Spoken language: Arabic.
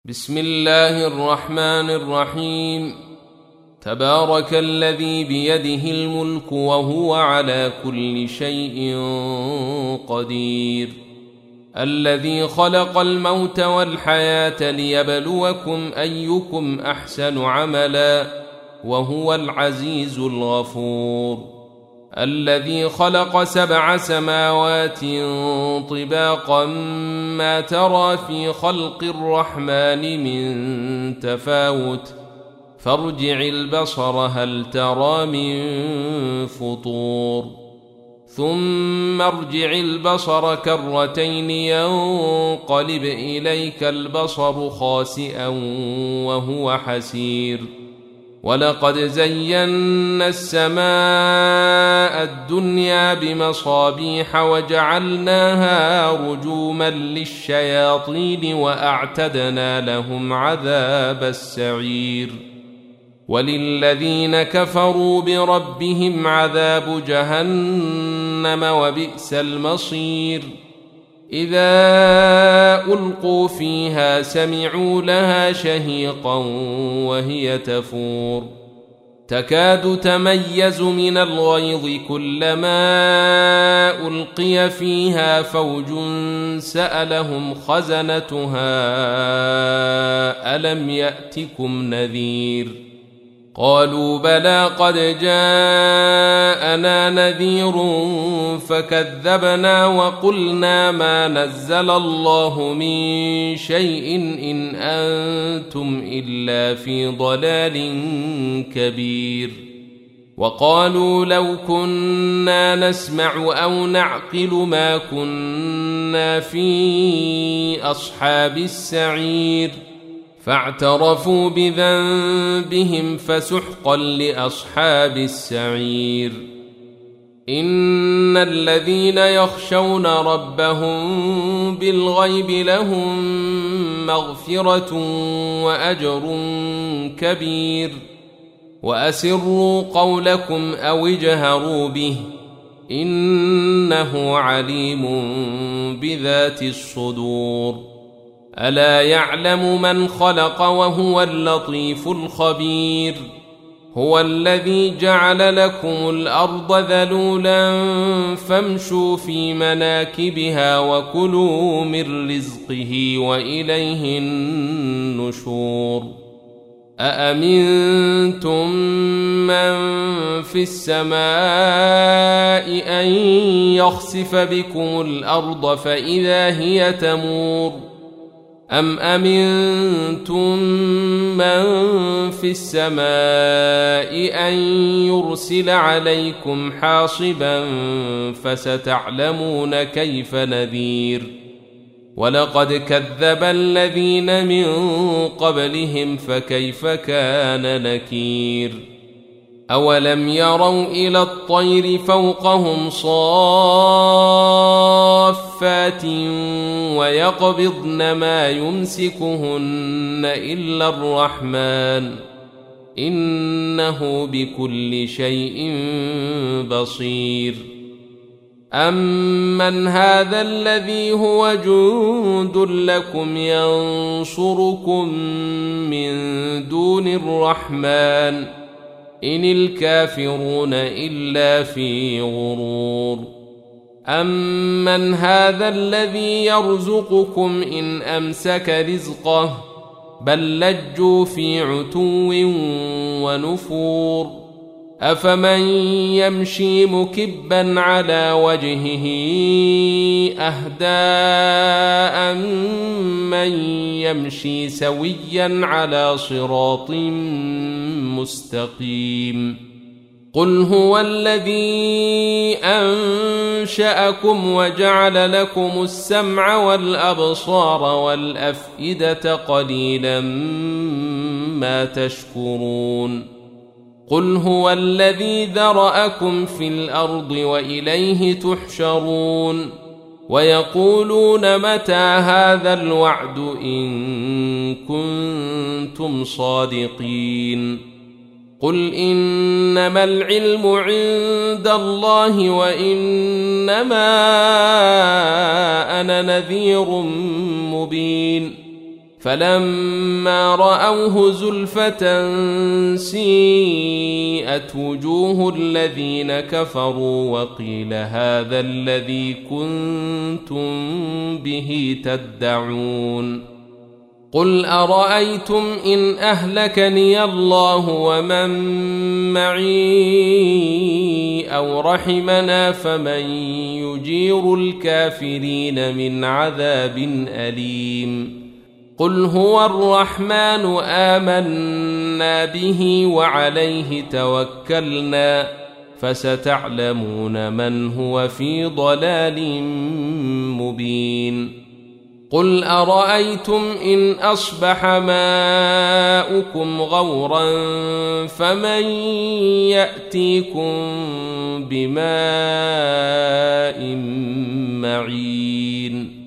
بسم الله الرحمن الرحيم. تبارك الذي بيده الملك وهو على كل شيء قدير، الذي خلق الموت والحياة ليبلوكم أيكم أحسن عملا وهو العزيز الغفور، الذي خلق 7 سماوات طباقا ما ترى في خلق الرحمن من تفاوت فارجع البصر هل ترى من فطور، ثم ارجع البصر كرتين ينقلب إليك البصر خاسئا وهو حسير، ولقد زينا السماء الدنيا بمصابيح وجعلناها رجوما للشياطين وأعتدنا لهم عذاب السعير، وللذين كفروا بربهم عذاب جهنم وبئس المصير. إذا ألقوا فيها سمعوا لها شهيقا وهي تفور، تكاد تميز من الغيظ كلما ألقي فيها فوج سألهم خزنتها ألم يأتكم نذير، قالوا بلى قد جاءنا نذير فكذبنا وقلنا ما نزل الله من شيء إن أنتم إلا في ضلال كبير، وقالوا لو كنا نسمع أو نعقل ما كنا في أصحاب السعير، فاعترفوا بذنبهم فسحقا لأصحاب السعير. إن الذين يخشون ربهم بالغيب لهم مغفرة وأجر كبير، وأسروا قولكم أو اجهروا به إنه عليم بذات الصدور. ألا يعلم من خلق وهو اللطيف الخبير، هو الذي جعل لكم الأرض ذلولا فامشوا في مناكبها وكلوا من رزقه وإليه النشور. أأمنتم من في السماء أن يخسف بكم الأرض فإذا هي تمور، أم أمنتم من في السماء أن يرسل عليكم حاصبا فستعلمون كيف نذير. ولقد كذب الذين من قبلهم فكيف كان نكير. أولم يروا إلى الطير فوقهم صافات ويقبضن ما يمسكهن إلا الرحمن إنه بكل شيء بصير. أمن هذا الذي هو جند لكم ينصركم من دون الرحمن إن الكافرون إلا في غرور. أمن هذا الذي يرزقكم إن أمسك رزقه بل لجوا في عتو ونفور. أفمن يمشي مكبا على وجهه أهدى أمن يمشي سويا على صراط مستقيم. قل هو الذي أنشأكم وجعل لكم السمع والأبصار والأفئدة قليلا ما تشكرون. قل هو الذي ذرأكم في الأرض وإليه تحشرون. ويقولون متى هذا الوعد إن كنتم صادقين. قل إنما العلم عند الله وإنما أنا نذير مبين فلما رأوه زلفة سيئت وجوه الذين كفروا وقيل هذا الذي كنتم به تدعون قل أرأيتم إن أهلكني الله ومن معي أو رحمنا فمن يجير الكافرين من عذاب أليم قل هو الرحمن آمنا به وعليه توكلنا فستعلمون من هو في ضلال مبين قل أرأيتم إن أصبح ماؤكم غورا فمن يأتيكم بماء معين